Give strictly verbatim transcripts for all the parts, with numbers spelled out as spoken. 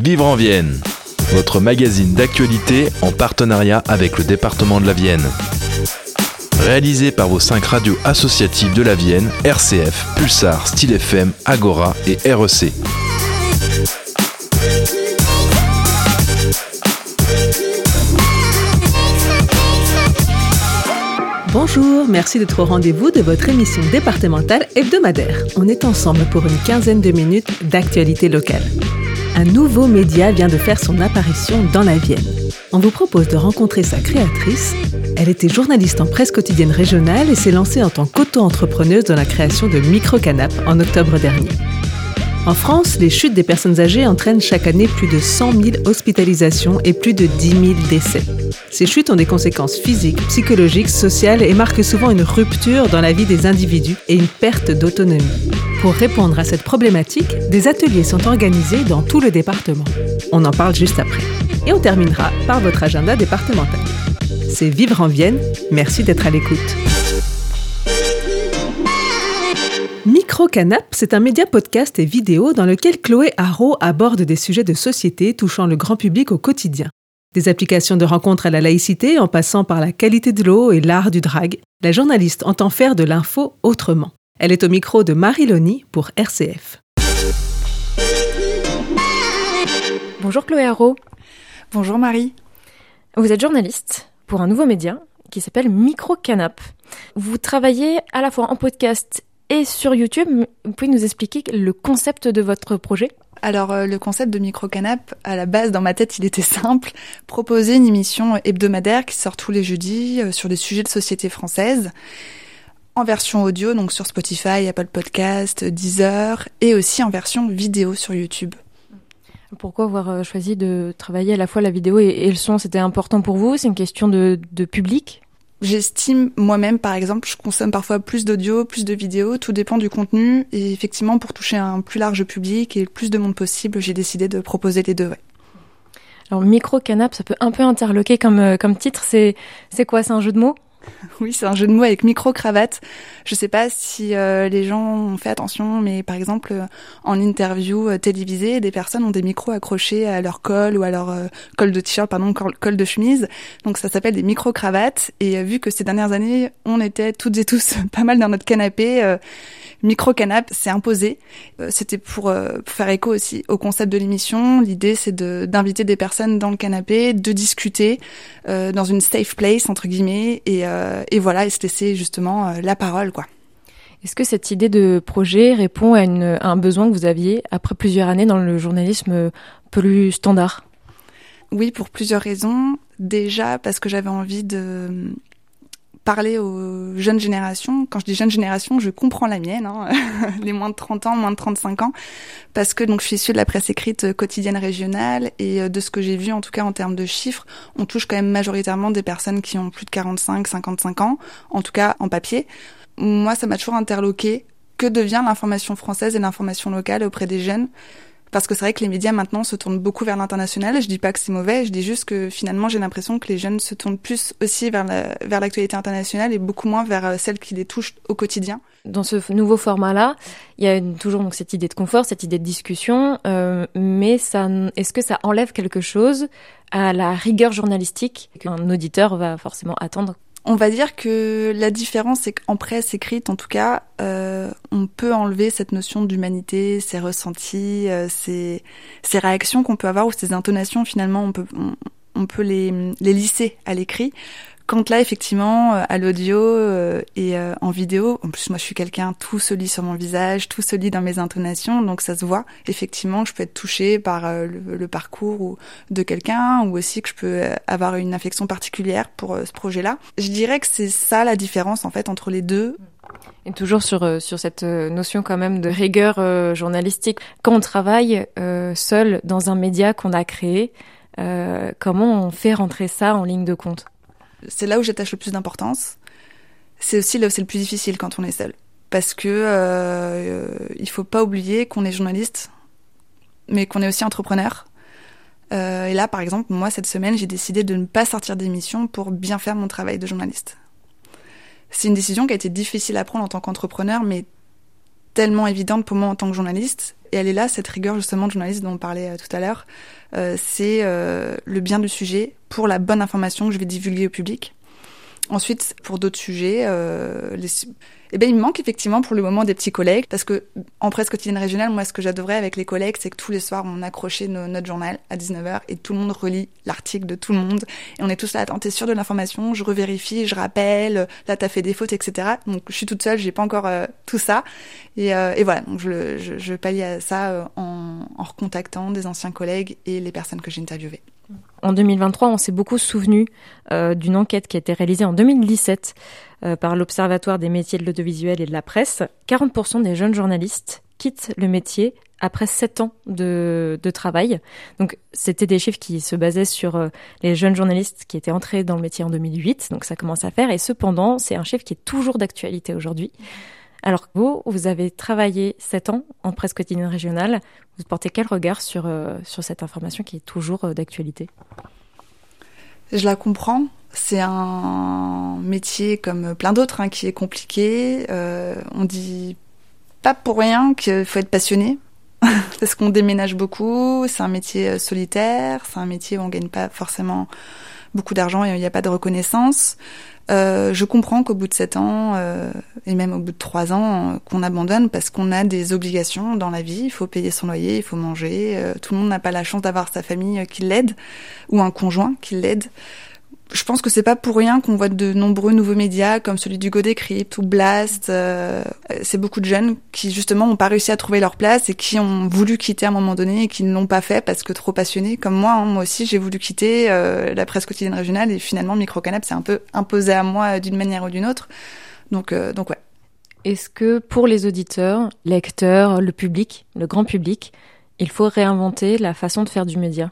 Vivre en Vienne, votre magazine d'actualité en partenariat avec le département de la Vienne. Réalisé par vos cinq radios associatives de la Vienne, R C F, Pulsar, Style F M, Agora et R E C. Bonjour, merci d'être au rendez-vous de votre émission départementale hebdomadaire. On est ensemble pour une quinzaine de minutes d'actualité locale. Un nouveau média vient de faire son apparition dans la Vienne. On vous propose de rencontrer sa créatrice. Elle était journaliste en presse quotidienne régionale et s'est lancée en tant qu'auto-entrepreneuse dans la création de Micro-Canap en octobre dernier. En France, les chutes des personnes âgées entraînent chaque année plus de cent mille hospitalisations et plus de dix mille décès. Ces chutes ont des conséquences physiques, psychologiques, sociales et marquent souvent une rupture dans la vie des individus et une perte d'autonomie. Pour répondre à cette problématique, des ateliers sont organisés dans tout le département. On en parle juste après. Et on terminera par votre agenda départemental. C'est Vivre en Vienne, merci d'être à l'écoute. Micro-Canap, c'est un média podcast et vidéo dans lequel Chloé Haro aborde des sujets de société touchant le grand public au quotidien. Des applications de rencontres à la laïcité en passant par la qualité de l'eau et l'art du drag, la journaliste entend faire de l'info autrement. Elle est au micro de Marie Loni pour R C F. Bonjour Chloé Haro. Bonjour Marie. Vous êtes journaliste pour un nouveau média qui s'appelle Micro-Canap. Vous travaillez à la fois en podcast et sur YouTube. Vous pouvez nous expliquer le concept de votre projet ? Alors euh, le concept de Micro-Canap, à la base dans ma tête il était simple, proposer une émission hebdomadaire qui sort tous les jeudis euh, sur des sujets de société française, en version audio, donc sur Spotify, Apple Podcast, Deezer, et aussi en version vidéo sur YouTube. Pourquoi avoir choisi de travailler à la fois la vidéo et, et le son ? C'était important pour vous ? C'est une question de, de public ? J'estime moi-même, par exemple, je consomme parfois plus d'audio, plus de vidéos, tout dépend du contenu. Et effectivement, pour toucher un plus large public et le plus de monde possible, j'ai décidé de proposer les deux. Ouais. Alors, Micro-Canap, ça peut un peu interloquer comme, comme titre. C'est, c'est quoi ? C'est un jeu de mots ? Oui, c'est un jeu de mots avec micro-cravate. Je sais pas si euh, les gens ont fait attention, mais par exemple, euh, en interview euh, télévisée, des personnes ont des micros accrochés à leur col ou à leur euh, col de t-shirt, pardon, col, col de chemise. Donc ça s'appelle des micro-cravates. Et euh, vu que ces dernières années, on était toutes et tous pas mal dans notre canapé, euh, Micro-Canap s'est imposé. Euh, c'était pour, euh, pour faire écho aussi au concept de l'émission. L'idée, c'est de, d'inviter des personnes dans le canapé, de discuter euh, dans une safe place, entre guillemets, et, euh, et voilà, et se laisser justement euh, la parole, quoi. Est-ce que cette idée de projet répond à, une, à un besoin que vous aviez après plusieurs années dans le journalisme plus standard ? Oui, pour plusieurs raisons. Déjà, parce que j'avais envie de parler aux jeunes générations. Quand je dis jeunes générations, je comprends la mienne, hein, les moins de trente ans, moins de trente-cinq ans, parce que donc je suis issue de la presse écrite quotidienne régionale et de ce que j'ai vu, en tout cas en termes de chiffres, on touche quand même majoritairement des personnes qui ont plus de quarante-cinq, cinquante-cinq ans, en tout cas en papier. Moi, ça m'a toujours interloqué. Que devient l'information française et l'information locale auprès des jeunes ? Parce que c'est vrai que les médias maintenant se tournent beaucoup vers l'international. Je dis pas que c'est mauvais, je dis juste que finalement j'ai l'impression que les jeunes se tournent plus aussi vers, la, vers l'actualité internationale et beaucoup moins vers celle qui les touche au quotidien. Dans ce nouveau format-là, il y a une, toujours donc cette idée de confort, cette idée de discussion, euh, mais ça, est-ce que ça enlève quelque chose à la rigueur journalistique qu'un auditeur va forcément attendre ? On va dire que la différence, c'est qu'en presse écrite, en tout cas, euh, on peut enlever cette notion d'humanité, ces ressentis, euh, ces, ces réactions qu'on peut avoir ou ces intonations, finalement, on peut, on, on peut les, les lisser à l'écrit. Quand là, effectivement, à l'audio euh, et euh, en vidéo, en plus moi je suis quelqu'un, tout se lit sur mon visage, tout se lit dans mes intonations, donc ça se voit. Effectivement, je peux être touchée par euh, le, le parcours ou, de quelqu'un, ou aussi que je peux avoir une affection particulière pour euh, ce projet-là. Je dirais que c'est ça la différence en fait entre les deux. Et toujours sur sur cette notion quand même de rigueur euh, journalistique. Quand on travaille euh, seul dans un média qu'on a créé, euh, comment on fait rentrer ça en ligne de compte ? C'est là où j'attache le plus d'importance. C'est aussi là où c'est le plus difficile quand on est seul. Parce que euh, il faut pas oublier qu'on est journaliste, mais qu'on est aussi entrepreneur. Euh, et là, par exemple, moi, cette semaine, j'ai décidé de ne pas sortir d'émission pour bien faire mon travail de journaliste. C'est une décision qui a été difficile à prendre en tant qu'entrepreneur, mais tellement évidente pour moi en tant que journaliste. Et elle est là, cette rigueur justement de journaliste dont on parlait euh, tout à l'heure. Euh, c'est euh, le bien du sujet pour la bonne information que je vais divulguer au public. Ensuite, pour d'autres sujets, euh, les... eh ben, il me manque effectivement pour le moment des petits collègues, parce que en presse quotidienne régionale, moi, ce que j'adorais avec les collègues, c'est que tous les soirs, on accrochait nos, notre journal à dix-neuf heures et tout le monde relit l'article de tout le monde. Et on est tous là, attends, t'es sûr de l'information? Je revérifie, je rappelle, là, t'as fait des fautes, et cetera. Donc, je suis toute seule, j'ai pas encore euh, tout ça. Et, euh, et voilà, donc je, je, je pallie à ça euh, en, en recontactant des anciens collègues et les personnes que j'ai interviewées. En deux mille vingt-trois, on s'est beaucoup souvenu euh, d'une enquête qui a été réalisée en deux mille dix-sept euh, par l'Observatoire des métiers de l'audiovisuel et de la presse. quarante pour cent des jeunes journalistes quittent le métier après sept ans de, de travail. Donc, c'était des chiffres qui se basaient sur euh, les jeunes journalistes qui étaient entrés dans le métier en deux mille huit. Donc, ça commence à faire. Et cependant, c'est un chiffre qui est toujours d'actualité aujourd'hui. Alors, vous, vous avez travaillé sept ans en presse quotidienne régionale. Vous portez quel regard sur, euh, sur cette information qui est toujours euh, d'actualité? Je la comprends. C'est un métier comme plein d'autres hein, qui est compliqué. Euh, on dit pas pour rien qu'il faut être passionné parce qu'on déménage beaucoup. C'est un métier solitaire. C'est un métier où on gagne pas forcément beaucoup d'argent et il n'y a pas de reconnaissance. Euh, je comprends qu'au bout de sept ans, euh, et même au bout de trois ans, euh, qu'on abandonne parce qu'on a des obligations dans la vie. Il faut payer son loyer, il faut manger. Euh, tout le monde n'a pas la chance d'avoir sa famille euh, qui l'aide ou un conjoint qui l'aide. Je pense que c'est pas pour rien qu'on voit de nombreux nouveaux médias comme celui du Go Décrypte ou Blast. Euh, c'est beaucoup de jeunes qui justement n'ont pas réussi à trouver leur place et qui ont voulu quitter à un moment donné et qui ne l'ont pas fait parce que trop passionnés. Comme moi, hein, moi aussi, j'ai voulu quitter euh, la presse quotidienne régionale et finalement Microcanap s'est un peu imposé à moi d'une manière ou d'une autre. Donc, euh, donc ouais. Est-ce que pour les auditeurs, lecteurs, le public, le grand public, il faut réinventer la façon de faire du média?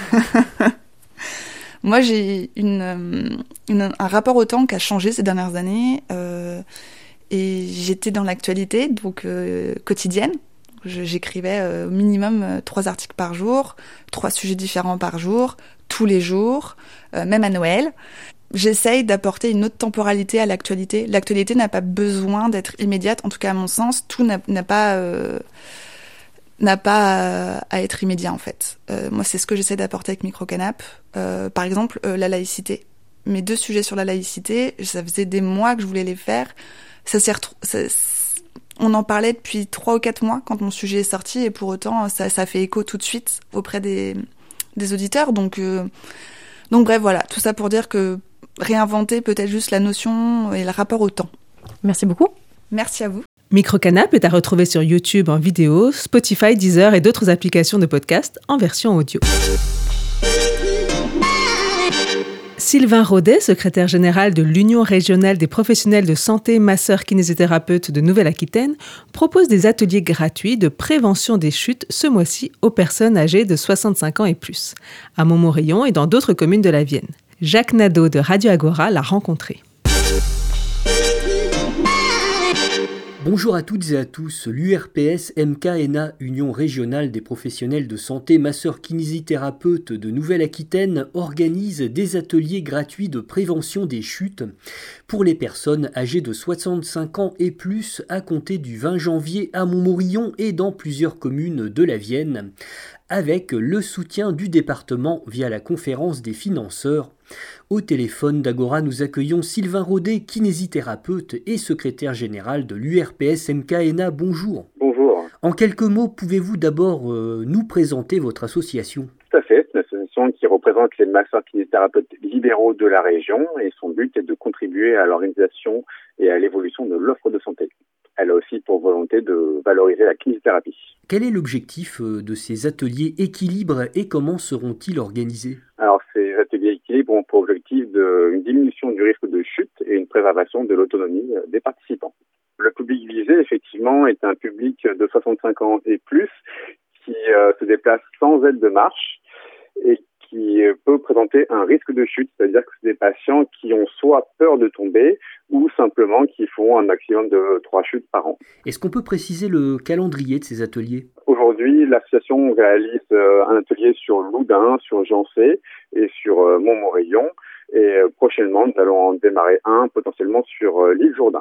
Moi, j'ai une, une, un rapport au temps qui a changé ces dernières années. Euh, et j'étais dans l'actualité, donc euh, quotidienne. Je, j'écrivais euh, au minimum euh, trois articles par jour, trois sujets différents par jour, tous les jours, euh, même à Noël. J'essaye d'apporter une autre temporalité à l'actualité. L'actualité n'a pas besoin d'être immédiate, en tout cas à mon sens. Tout n'a, n'a pas... Euh, n'a pas à, à être immédiat en fait. Euh, moi, c'est ce que j'essaie d'apporter avec Microcanap. Euh, par exemple, euh, la laïcité. Mes deux sujets sur la laïcité, ça faisait des mois que je voulais les faire. Ça s'est retrou- ça, on en parlait depuis trois ou quatre mois quand mon sujet est sorti et pour autant, ça, ça fait écho tout de suite auprès des, des auditeurs. Donc, euh, donc bref, voilà. Tout ça pour dire que réinventer peut-être juste la notion et le rapport au temps. Merci beaucoup. Merci à vous. Microcanap est à retrouver sur YouTube en vidéo, Spotify, Deezer et d'autres applications de podcast en version audio. Sylvain Rodet, secrétaire général de l'Union régionale des professionnels de santé masseurs kinésithérapeutes de Nouvelle-Aquitaine, propose des ateliers gratuits de prévention des chutes ce mois-ci aux personnes âgées de soixante-cinq ans et plus, à Montmorillon et dans d'autres communes de la Vienne. Jacques Nadeau de Radio Agora l'a rencontré. Bonjour à toutes et à tous, l'U R P S M K N A, Union régionale des professionnels de santé masseurs kinésithérapeutes de Nouvelle-Aquitaine, organise des ateliers gratuits de prévention des chutes pour les personnes âgées de soixante-cinq ans et plus à compter du vingt janvier à Montmorillon et dans plusieurs communes de la Vienne, avec le soutien du département via la conférence des financeurs. Au téléphone d'Agora, nous accueillons Sylvain Rodet, kinésithérapeute et secrétaire général de l'U R P S M K N A. Bonjour. Bonjour. En quelques mots, pouvez-vous d'abord euh, nous présenter votre association ? Tout à fait, c'est une association qui représente les masseurs kinésithérapeutes libéraux de la région et son but est de contribuer à l'organisation et à l'évolution de l'offre de santé. Elle a aussi pour volonté de valoriser la kinésithérapie. Quel est l'objectif de ces ateliers équilibre et comment seront-ils organisés ? Alors, ces ateliers équilibre ont pour objectif de, une diminution du risque de chute et une préservation de l'autonomie des participants. Le public visé, effectivement, est un public de soixante-cinq ans et plus qui euh, se déplace sans aide de marche et qui peut présenter un risque de chute, c'est-à-dire que c'est des patients qui ont soit peur de tomber ou simplement qui font un maximum de trois chutes par an. Est-ce qu'on peut préciser le calendrier de ces ateliers ? Aujourd'hui, l'association réalise euh, un atelier sur Loudun, sur Jancé et sur euh, Montmorillon. Et euh, prochainement, nous allons en démarrer un potentiellement sur euh, l'île Jourdain.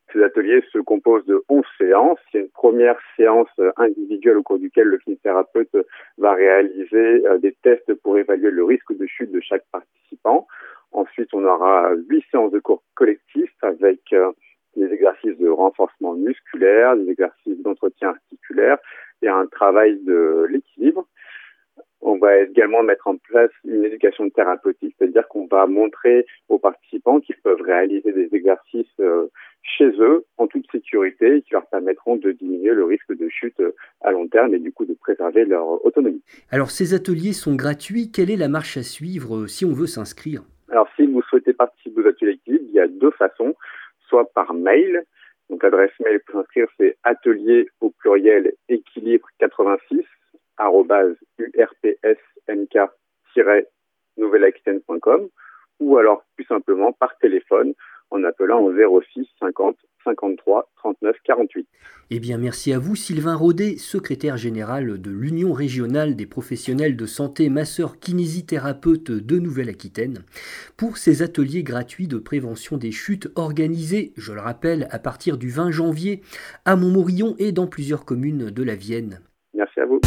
Ces ateliers se composent de onze séances. Il y a une première séance individuelle au cours duquel le kinésithérapeute va réaliser des tests pour évaluer le risque de chute de chaque participant. Ensuite, on aura huit séances de cours collectifs avec des exercices de renforcement musculaire, des exercices d'entretien articulaire et un travail de l'équilibre. On va également mettre en place une éducation thérapeutique, c'est-à-dire qu'on va montrer aux participants qu'ils peuvent réaliser des exercices chez eux en toute sécurité et qui leur permettront de diminuer le risque de chute à long terme et du coup de préserver leur autonomie. Alors ces ateliers sont gratuits, quelle est la marche à suivre si on veut s'inscrire ? Alors si vous souhaitez participer aux ateliers équilibre, il y a deux façons, soit par mail. Donc l'adresse mail pour s'inscrire c'est atelier au pluriel équilibre quatre-vingt-six arobase u r p s m k tiret nouvelle aquitaine point com ou alors plus simplement par téléphone en appelant au zéro six cinquante cinquante-trois trente-neuf quarante-huit. Eh bien, merci à vous, Sylvain Rodet, secrétaire général de l'Union régionale des professionnels de santé masseurs kinésithérapeutes de Nouvelle-Aquitaine, pour ces ateliers gratuits de prévention des chutes organisés, je le rappelle, à partir du vingt janvier à Montmorillon et dans plusieurs communes de la Vienne. Merci à vous.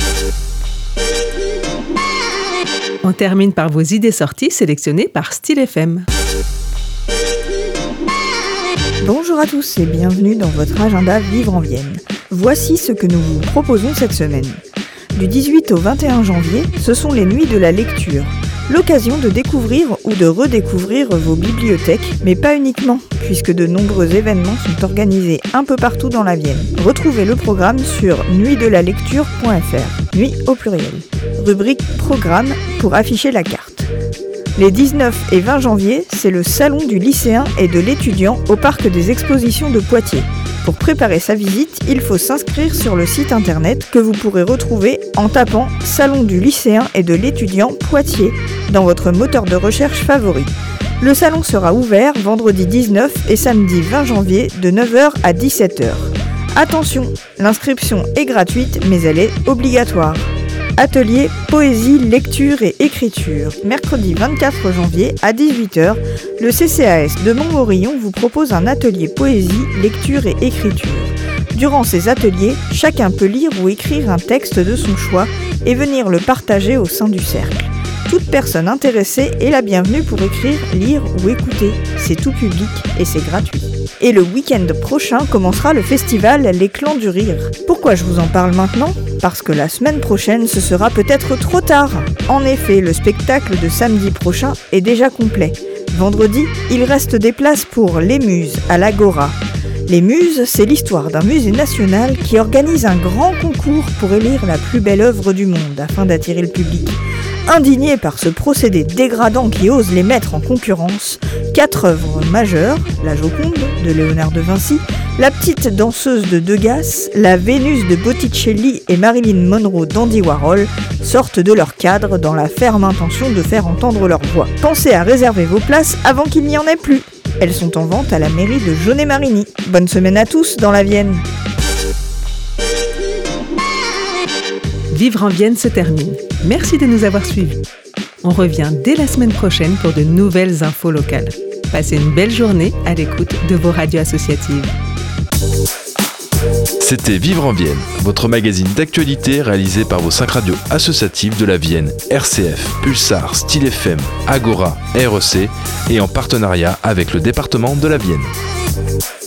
On termine par vos idées sorties sélectionnées par Style F M. Bonjour à tous et bienvenue dans votre agenda Vivre en Vienne. Voici ce que nous vous proposons cette semaine. Du dix-huit au vingt et un janvier, ce sont les nuits de la lecture. L'occasion de découvrir ou de redécouvrir vos bibliothèques, mais pas uniquement, puisque de nombreux événements sont organisés un peu partout dans la Vienne. Retrouvez le programme sur nuit de la lecture point f r, nuit au pluriel. Rubrique Programme pour afficher la carte. Les dix-neuf et vingt janvier, c'est le salon du lycéen et de l'étudiant au parc des expositions de Poitiers. Pour préparer sa visite, il faut s'inscrire sur le site internet que vous pourrez retrouver en tapant « Salon du lycéen et de l'étudiant Poitiers » dans votre moteur de recherche favori. Le salon sera ouvert vendredi dix-neuf et samedi vingt janvier de neuf heures à dix-sept heures. Attention, l'inscription est gratuite mais elle est obligatoire. Atelier poésie, lecture et écriture. Mercredi vingt-quatre janvier à dix-huit heures, le C C A S de Montmorillon vous propose un atelier poésie, lecture et écriture. Durant ces ateliers, chacun peut lire ou écrire un texte de son choix et venir le partager au sein du cercle. Toute personne intéressée est la bienvenue pour écrire, lire ou écouter. C'est tout public et c'est gratuit. Et le week-end prochain commencera le festival Les Clans du Rire. Pourquoi je vous en parle maintenant ? Parce que la semaine prochaine, ce sera peut-être trop tard. En effet, le spectacle de samedi prochain est déjà complet. Vendredi, il reste des places pour Les Muses à l'Agora. Les Muses, c'est l'histoire d'un musée national qui organise un grand concours pour élire la plus belle œuvre du monde afin d'attirer le public. Indignés par ce procédé dégradant qui ose les mettre en concurrence, quatre œuvres majeures, la Joconde de Léonard de Vinci, la petite danseuse de Degas, la Vénus de Botticelli et Marilyn Monroe d'Andy Warhol sortent de leur cadre dans la ferme intention de faire entendre leur voix. Pensez à réserver vos places avant qu'il n'y en ait plus. Elles sont en vente à la mairie de Jaunet-Marigny. Bonne semaine à tous dans la Vienne. Vivre en Vienne se termine. Merci de nous avoir suivis. On revient dès la semaine prochaine pour de nouvelles infos locales. Passez une belle journée à l'écoute de vos radios associatives. C'était Vivre en Vienne, votre magazine d'actualité réalisé par vos cinq radios associatives de la Vienne, R C F, Pulsar, Style F M, Agora, R E C et en partenariat avec le département de la Vienne.